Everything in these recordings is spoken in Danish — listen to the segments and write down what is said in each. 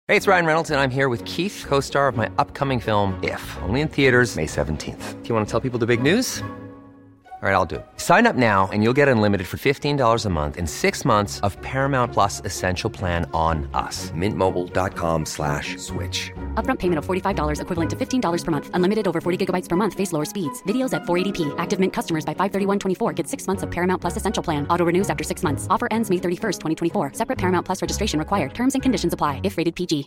Hey, it's Ryan Reynolds, and I'm here with Keith, co-star of my upcoming film, If, only in theaters May 17th. Do you want to tell people the big news? All right, I'll do it. Sign up now and you'll get unlimited for $15 a month and 6 months of Paramount Plus Essential Plan on us. MintMobile.com/switch. Upfront payment of $45 equivalent to $15 per month. Unlimited over 40 gigabytes per month. Face lower speeds. Videos at 480p. Active Mint customers by 531.24 get 6 months of Paramount Plus Essential Plan. Auto renews after 6 months. Offer ends May 31st, 2024. Separate Paramount Plus registration required. Terms and conditions apply if rated PG.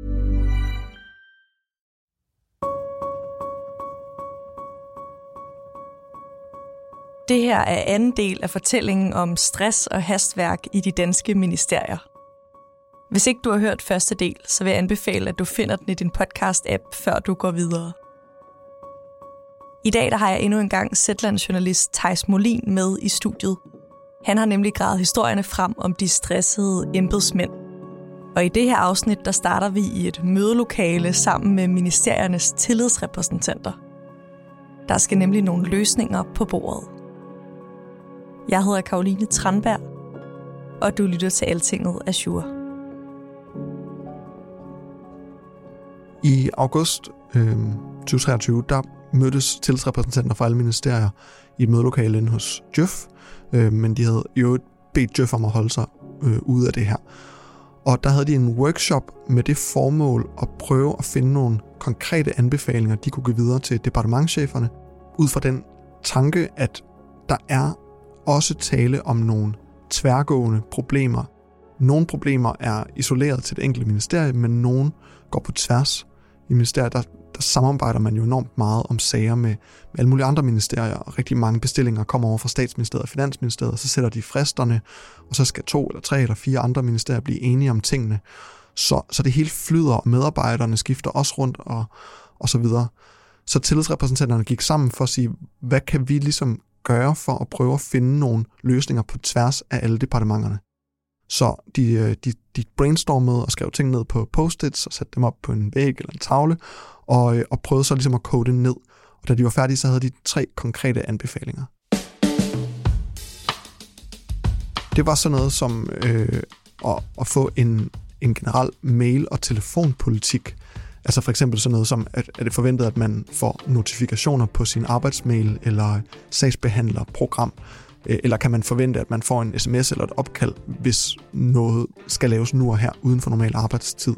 Det her er anden del af fortællingen om stress og hastværk i de danske ministerier. Hvis ikke du har hørt første del, så vil jeg anbefale, at du finder den i din podcast-app, før du går videre. I dag der har jeg endnu en gang Zetland-journalist Theis Molin med i studiet. Han har nemlig gravet historierne frem om de stressede embedsmænd. Og i det her afsnit, der starter vi i et mødelokale sammen med ministeriernes tillidsrepræsentanter. Der skal nemlig nogle løsninger på bordet. Jeg hedder Caroline Tranberg, og du lytter til Altinget Azure. I august 2023, der mødtes tillidsrepræsentanter fra alle ministerier i et mødelokale inde hos Djøf, men de havde jo bedt Djøf om at holde sig ude af det her. Og der havde de en workshop med det formål at prøve at finde nogle konkrete anbefalinger, de kunne give videre til departementscheferne, ud fra den tanke, at der er også tale om nogle tværgående problemer. Nogle problemer er isoleret til det enkelte ministerie, men nogle går på tværs. I ministerier, der samarbejder man jo enormt meget om sager med alle mulige andre ministerier, og rigtig mange bestillinger kommer over fra Statsministeriet og Finansministeriet, og så sætter de fristerne, og så skal 2 eller 3 eller 4 andre ministerier blive enige om tingene. Så det hele flyder, og medarbejderne skifter også rundt, og så videre. Så tillidsrepræsentanterne gik sammen for at sige, hvad kan vi ligesom gøre for at prøve at finde nogle løsninger på tværs af alle departementerne. Så de brainstormede og skrev ting ned på post-its og satte dem op på en væg eller en tavle og prøvede så ligesom at kode det ned. Og da de var færdige, så havde de 3 konkrete anbefalinger. Det var sådan noget som at få en generel mail- og telefonpolitik. Altså for eksempel sådan noget som, at er det forventet, at man får notifikationer på sin arbejdsmail eller sagsbehandlerprogram, eller kan man forvente, at man får en sms eller et opkald, hvis noget skal laves nu og her uden for normal arbejdstid.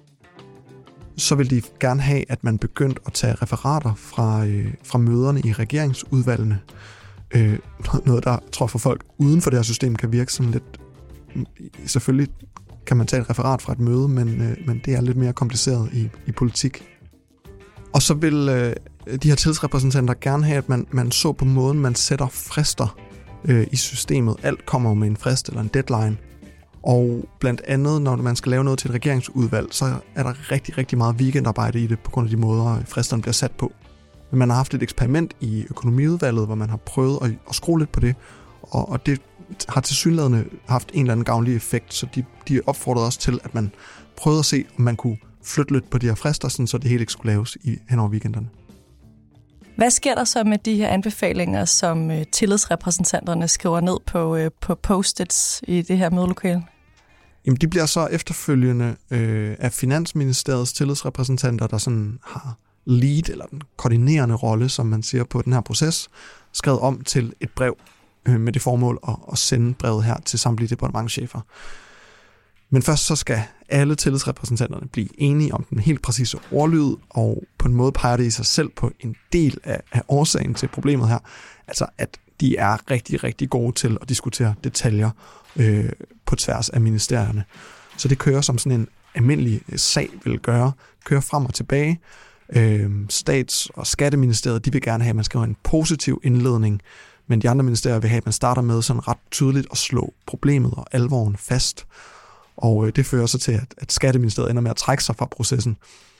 Så vil de gerne have, at man begyndte at tage referater fra møderne i regeringsudvalgene. Noget, der tror for folk uden for det her system kan virke sådan lidt. Selvfølgelig kan man tage et referat fra et møde, men det er lidt mere kompliceret i politik. Og så vil de her tillidsrepræsentanter gerne have, at man så på måden, man sætter frister i systemet. Alt kommer jo med en frist eller en deadline. Og blandt andet, når man skal lave noget til et regeringsudvalg, så er der rigtig, rigtig meget weekendarbejde i det, på grund af de måder, fristerne bliver sat på. Men man har haft et eksperiment i økonomiudvalget, hvor man har prøvet at skrue lidt på det, og det har tilsyneladende haft en eller anden gavnlig effekt, så de opfordrede også til, at man prøvede at se, om man kunne flytte lidt på de her frister, så det hele ikke skulle laves hen over weekenderne. Hvad sker der så med de her anbefalinger, som tillidsrepræsentanterne skriver ned på post-its i det her mødelokale? Jamen, de bliver så efterfølgende af Finansministeriets tillidsrepræsentanter, der sådan har lead, eller den koordinerende rolle, som man siger på den her proces, skrevet om til et brev med det formål at sende brevet her til samtlige departementschefer. Men først så skal alle tillidsrepræsentanterne blive enige om den helt præcise ordlyd, og på en måde peger det i sig selv på en del af årsagen til problemet her. Altså at de er rigtig, rigtig gode til at diskutere detaljer på tværs af ministerierne. Så det kører som sådan en almindelig sag vil gøre, kører frem og tilbage. Stats- og Skatteministeriet, de vil gerne have, at man skriver en positiv indledning, men de andre ministerier vil have, at man starter med sådan ret tydeligt at slå problemet og alvoren fast. Og det fører så til, at Skatteministeriet ender med at trække sig fra processen.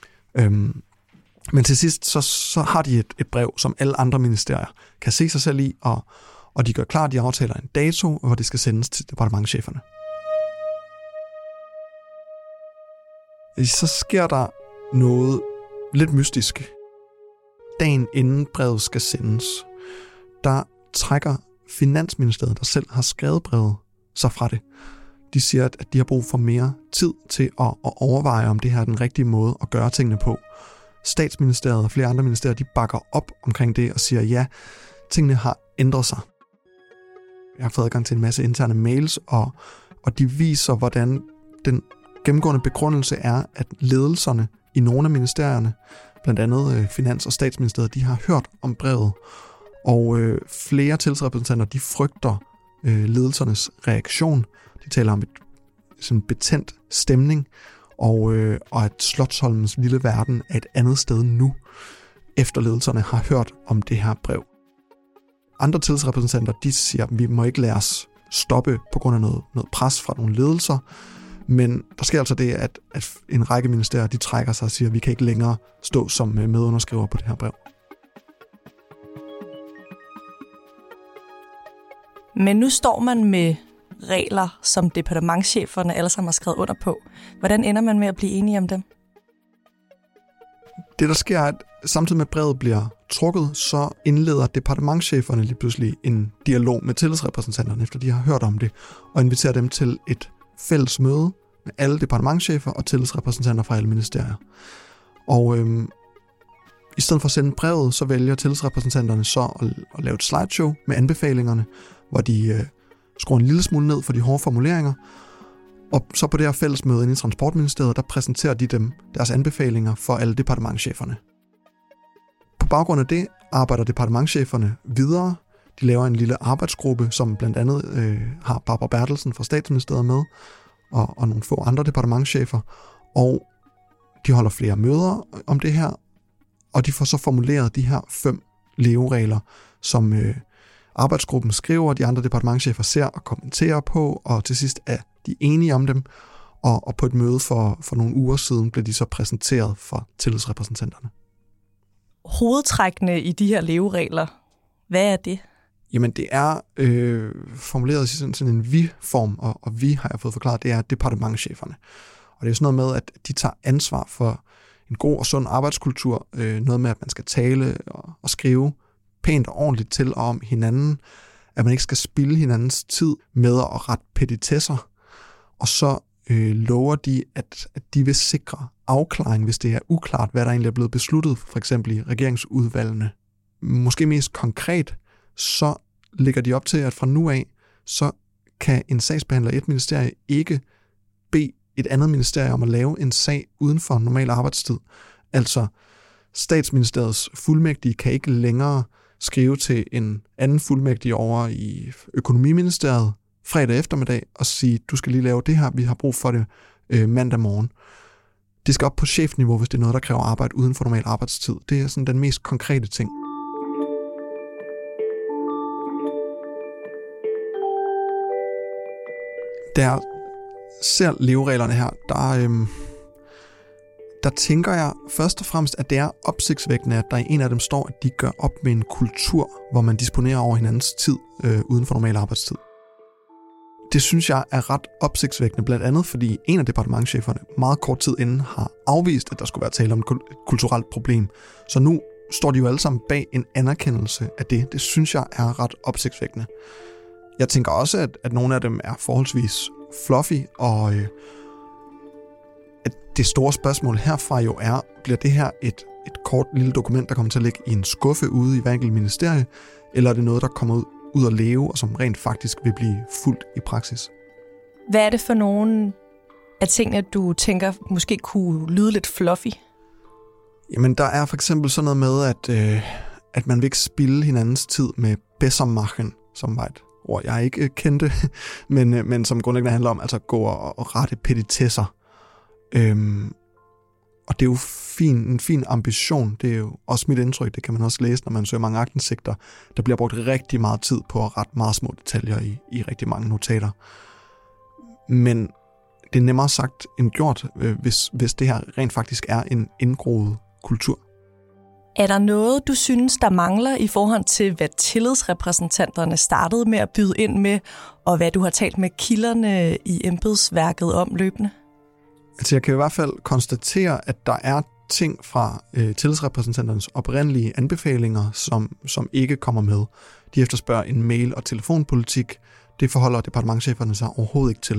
Men til sidst, så har de et brev, som alle andre ministerier kan se sig selv i, og de gør klar, de aftaler en dato, hvor det skal sendes til departementscheferne. Så sker der noget lidt mystisk. Dagen inden brevet skal sendes, der trækker Finansministeriet, der selv har skrevet brevet, sig fra det. De siger, at de har brug for mere tid til at overveje, om det her er den rigtige måde at gøre tingene på. Statsministeriet og flere andre ministerier, de bakker op omkring det og siger, ja, tingene har ændret sig. Jeg har fået adgang til en masse interne mails, og de viser, hvordan den gennemgående begrundelse er, at ledelserne i nogle af ministerierne, blandt andet Finans- og Statsministeriet, de har hørt om brevet, og flere tillidsrepræsentanter, de frygter ledelsernes reaktion. De taler om sådan en betændt stemning, og at Slotsholmens lille verden er et andet sted nu, efter ledelserne har hørt om det her brev. Andre tillidsrepræsentanter, de siger, at vi må ikke lade os stoppe på grund af noget pres fra nogle ledelser, men der sker altså det, at en række ministerier, de trækker sig og siger, at vi kan ikke længere stå som medunderskriver på det her brev. Men nu står man med regler, som departementscheferne alle sammen har skrevet under på. Hvordan ender man med at blive enige om dem? Det, der sker, er, at samtidig med at brevet bliver trukket, så indleder departementscheferne lige pludselig en dialog med tillidsrepræsentanterne, efter de har hørt om det, og inviterer dem til et fælles møde med alle departementschefer og tillidsrepræsentanter fra alle ministerier. Og i stedet for at sende brevet, så vælger tillidsrepræsentanterne så at lave et slideshow med anbefalingerne, hvor de skruer en lille smule ned for de hårde formuleringer, og så på det her fællesmøde inde i Transportministeriet, der præsenterer de dem deres anbefalinger for alle departementscheferne. På baggrund af det arbejder departementscheferne videre. De laver en lille arbejdsgruppe, som blandt andet har Barbara Bertelsen fra Statsministeriet med, og nogle få andre departementschefer, og de holder flere møder om det her, og de får så formuleret de her 5 leveregler, som arbejdsgruppen skriver, de andre departementschefer ser og kommenterer på, og til sidst er de enige om dem, og på et møde for nogle uger siden blev de så præsenteret for tillidsrepræsentanterne. Hovedtrækkene i de her leveregler, hvad er det? Jamen det er formuleret i sådan en vi-form, og vi har jeg fået forklaret, det er departementscheferne. Og det er sådan noget med, at de tager ansvar for en god og sund arbejdskultur, noget med, at man skal tale og skrive pænt og ordentligt til og om hinanden, at man ikke skal spilde hinandens tid med at rette petitesser, og så lover de, at de vil sikre afklaring, hvis det er uklart, hvad der egentlig er blevet besluttet, for eksempel i regeringsudvalgene. Måske mest konkret, så lægger de op til, at fra nu af, så kan en sagsbehandler i et ministerie ikke bede et andet ministerie om at lave en sag uden for normal arbejdstid. Altså, Statsministeriets fuldmægtige kan ikke længere skrive til en anden fuldmægtig over i Økonomiministeriet fredag eftermiddag og sige, du skal lige lave det her, vi har brug for det mandag morgen. Det skal op på chefniveau, hvis det er noget, der kræver arbejde uden for normal arbejdstid. Det er sådan den mest konkrete ting. Der ser levereglerne her, der tænker jeg først og fremmest, at det er opsigtsvækkende, at der i en af dem står, at de gør op med en kultur, hvor man disponerer over hinandens tid uden for normal arbejdstid. Det synes jeg er ret opsigtsvækkende, blandt andet fordi en af departementscheferne meget kort tid inden har afvist, at der skulle være tale om et kulturelt problem. Så nu står de jo alle sammen bag en anerkendelse af det. Det synes jeg er ret opsigtsvækkende. Jeg tænker også, at nogle af dem er forholdsvis fluffy, og at det store spørgsmål herfra jo er, bliver det her et kort lille dokument, der kommer til at ligge i en skuffe ude i hver enkelt ministerie, eller er det noget, der kommer ud at leve, og som rent faktisk vil blive fuldt i praksis? Hvad er det for nogle af tingene, du tænker måske kunne lyde lidt fluffy? Jamen, der er for eksempel sådan noget med, at man vil ikke spilde hinandens tid med bessermachen, som var et ord, jeg ikke kendte, men som grundlæggende handler om altså at gå og rette petitesser. Og det er jo en fin ambition. Det er jo også mit indtryk. Det kan man også læse, når man søger mange aktindsigter. Der bliver brugt rigtig meget tid på at rette meget små detaljer i rigtig mange notater. Men det er nemmere sagt end gjort, hvis det her rent faktisk er en indgroet kultur. Er der noget, du synes, der mangler i forhold til, hvad tillidsrepræsentanterne startede med at byde ind med, og hvad du har talt med kilderne i embedsværket om løbende? Altså jeg kan i hvert fald konstatere, at der er ting fra tillidsrepræsentanternes oprindelige anbefalinger, som ikke kommer med. De efterspørger en mail- og telefonpolitik. Det forholder departementscheferne sig overhovedet ikke til.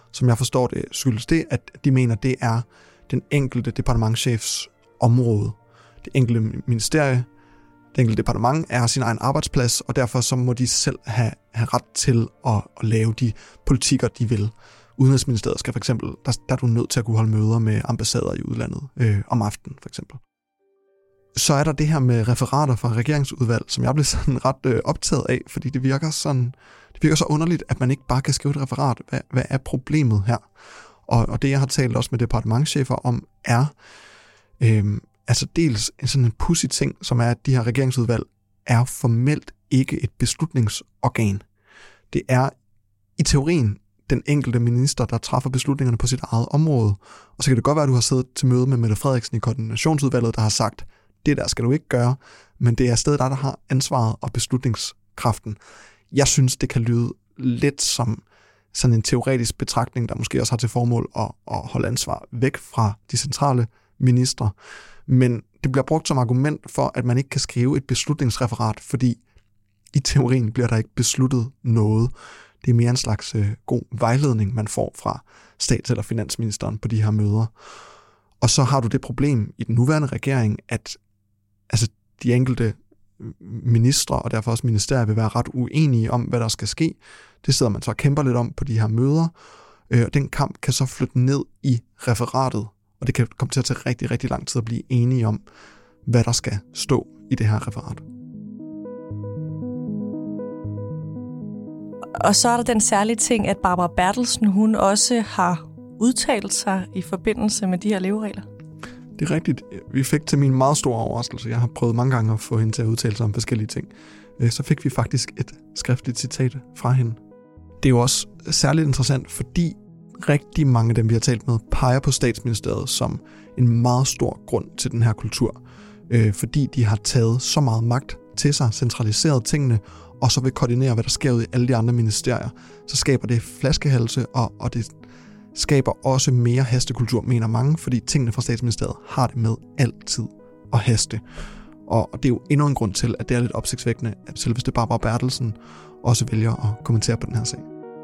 som jeg forstår det, skyldes det, at de mener, det er den enkelte departementschefs område. Det enkelte ministerie, det enkelte departement er sin egen arbejdsplads, og derfor så må de selv have ret til at lave de politikker, de vil. Udenrigsministeriet skal for eksempel, der er du nødt til at kunne holde møder med ambassader i udlandet om aftenen for eksempel. Så er der det her med referater fra regeringsudvalg, som jeg blev sådan ret optaget af, fordi det virker så underligt, at man ikke bare kan skrive et referat. Hvad er problemet her? Og det, jeg har talt også med departementschefer om, er altså dels sådan en pudsig ting, som er, at de her regeringsudvalg er formelt ikke et beslutningsorgan. Det er i teorien den enkelte minister, der træffer beslutningerne på sit eget område. Og så kan det godt være, at du har siddet til møde med Mette Frederiksen i koordinationsudvalget, der har sagt, det der skal du ikke gøre, men det er stadig dig, der har ansvaret og beslutningskraften. Jeg synes, det kan lyde lidt som sådan en teoretisk betragtning, der måske også har til formål at holde ansvar væk fra de centrale ministre. Men det bliver brugt som argument for, at man ikke kan skrive et beslutningsreferat, fordi i teorien bliver der ikke besluttet noget. Det er mere en slags god vejledning, man får fra stats- eller finansministeren på de her møder. Og så har du det problem i den nuværende regering, at altså, de enkelte ministre og derfor også ministerier vil være ret uenige om, hvad der skal ske. Det sidder man så og kæmper lidt om på de her møder, og den kamp kan så flytte ned i referatet, og det kan komme til at tage rigtig, rigtig lang tid at blive enige om, hvad der skal stå i det her referat. Og så er der den særlige ting, at Barbara Bertelsen, hun også har udtalt sig i forbindelse med de her leveregler. Det er rigtigt. Vi fik til min meget store overraskelse, jeg har prøvet mange gange at få hende til at udtale sig om forskellige ting, så fik vi faktisk et skriftligt citat fra hende. Det er jo også særligt interessant, fordi rigtig mange af dem, vi har talt med, peger på Statsministeriet som en meget stor grund til den her kultur. Fordi de har taget så meget magt til sig, centraliseret tingene, og så vil koordinere, hvad der sker ud i alle de andre ministerier. Så skaber det flaskehalse, og det skaber også mere hastekultur, mener mange, fordi tingene fra Statsministeriet har det med altid at haste. Og det er jo endnu en grund til, at det er lidt opsigtsvækkende, at selveste Barbara Bertelsen også vælger at kommentere på den her sag.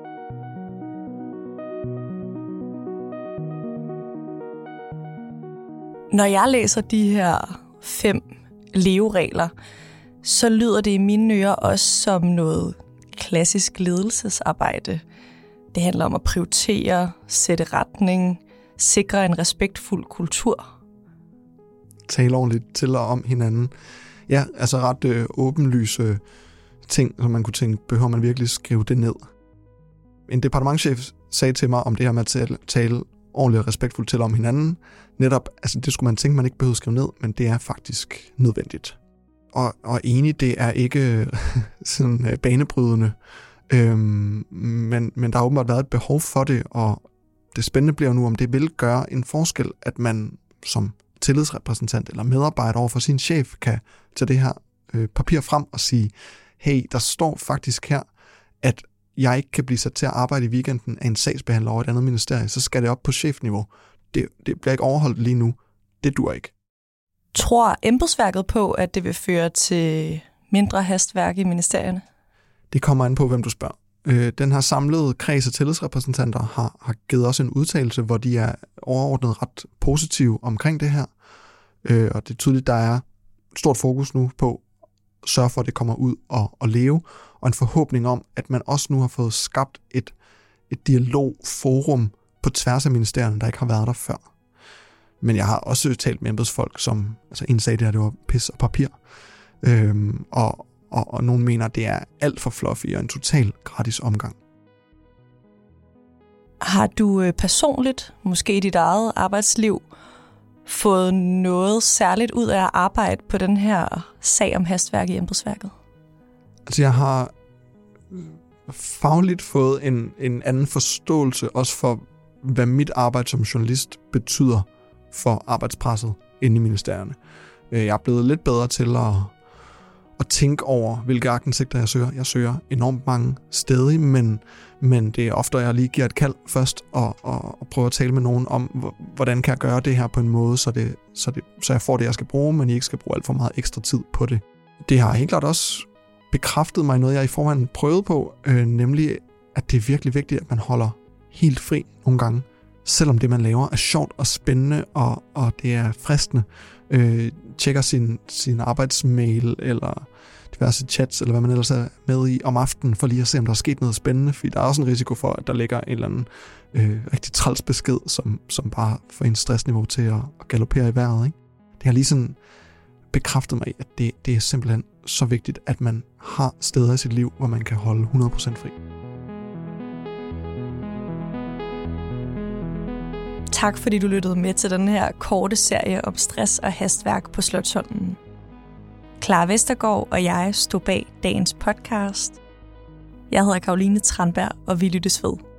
Når jeg læser de her 5 leveregler, så lyder det i mine ører også som noget klassisk ledelsesarbejde. Det handler om at prioritere, sætte retning, sikre en respektfuld kultur. Tale ordentligt til og om hinanden. Ja, altså ret åbenlyse ting, som man kunne tænke, behøver man virkelig skrive det ned. En departementschef sagde til mig om det her med at tale ordentligt og respektfuldt til om hinanden. Netop, altså det skulle man tænke, man ikke behøver at skrive ned, men det er faktisk nødvendigt. Og enig, det er ikke sådan banebrydende, men der har åbenbart været et behov for det, og det spændende bliver nu, om det vil gøre en forskel, at man som tillidsrepræsentant eller medarbejder over for sin chef kan tage det her papir frem og sige, hey, der står faktisk her, at jeg ikke kan blive sat til at arbejde i weekenden af en sagsbehandler over et andet ministerie, så skal det op på chefniveau. Det bliver ikke overholdt lige nu. Det dur ikke. Tror embedsværket på, at det vil føre til mindre hastværk i ministerierne? Det kommer an på, hvem du spørger. Den her samlede kreds af tillidsrepræsentanter har givet os en udtalelse, hvor de er overordnet ret positive omkring det her. Og det er tydeligt, der er stort fokus nu på at sørge for, at det kommer ud og leve, og en forhåbning om, at man også nu har fået skabt et dialogforum på tværs af ministerierne, der ikke har været der før. Men jeg har også talt med embedsfolk, som altså en sagde, det var pis og papir. Og nogen mener, at det er alt for fluffy og en total gratis omgang. Har du personligt, måske i dit eget arbejdsliv, fået noget særligt ud af at arbejde på den her sag om hastværk i embedsværket? Altså jeg har fagligt fået en anden forståelse også for, hvad mit arbejde som journalist betyder for arbejdspresset inde i ministerierne. Jeg er blevet lidt bedre til at tænke over, hvilke aktindsigter jeg søger. Jeg søger enormt mange steder, men det er ofte, at jeg lige giver et kald først og prøver at tale med nogen om, hvordan kan jeg gøre det her på en måde, så jeg får det, jeg skal bruge, men jeg ikke skal bruge alt for meget ekstra tid på det. Det har helt klart også bekræftet mig i noget, jeg i forvejen prøvede på, nemlig at det er virkelig vigtigt, at man holder helt fri nogle gange, selvom det, man laver, er sjovt og spændende, og det er fristende. Tjekker sin arbejdsmail, eller diverse chats, eller hvad man ellers er med i om aftenen, for lige at se, om der er sket noget spændende, fordi der er også en risiko for, at der ligger en eller anden rigtig træls besked, som bare får en stressniveau til at galopere i vejret. Ikke? Det har lige sådan bekræftet mig i, at det er simpelthen så vigtigt, at man har steder i sit liv, hvor man kan holde 100% fri. Tak fordi du lyttede med til den her korte serie om stress og hastværk på Slotsholmen. Clara Vestergaard og jeg stod bag dagens podcast. Jeg hedder Caroline Tranberg, og vi lyttes ved.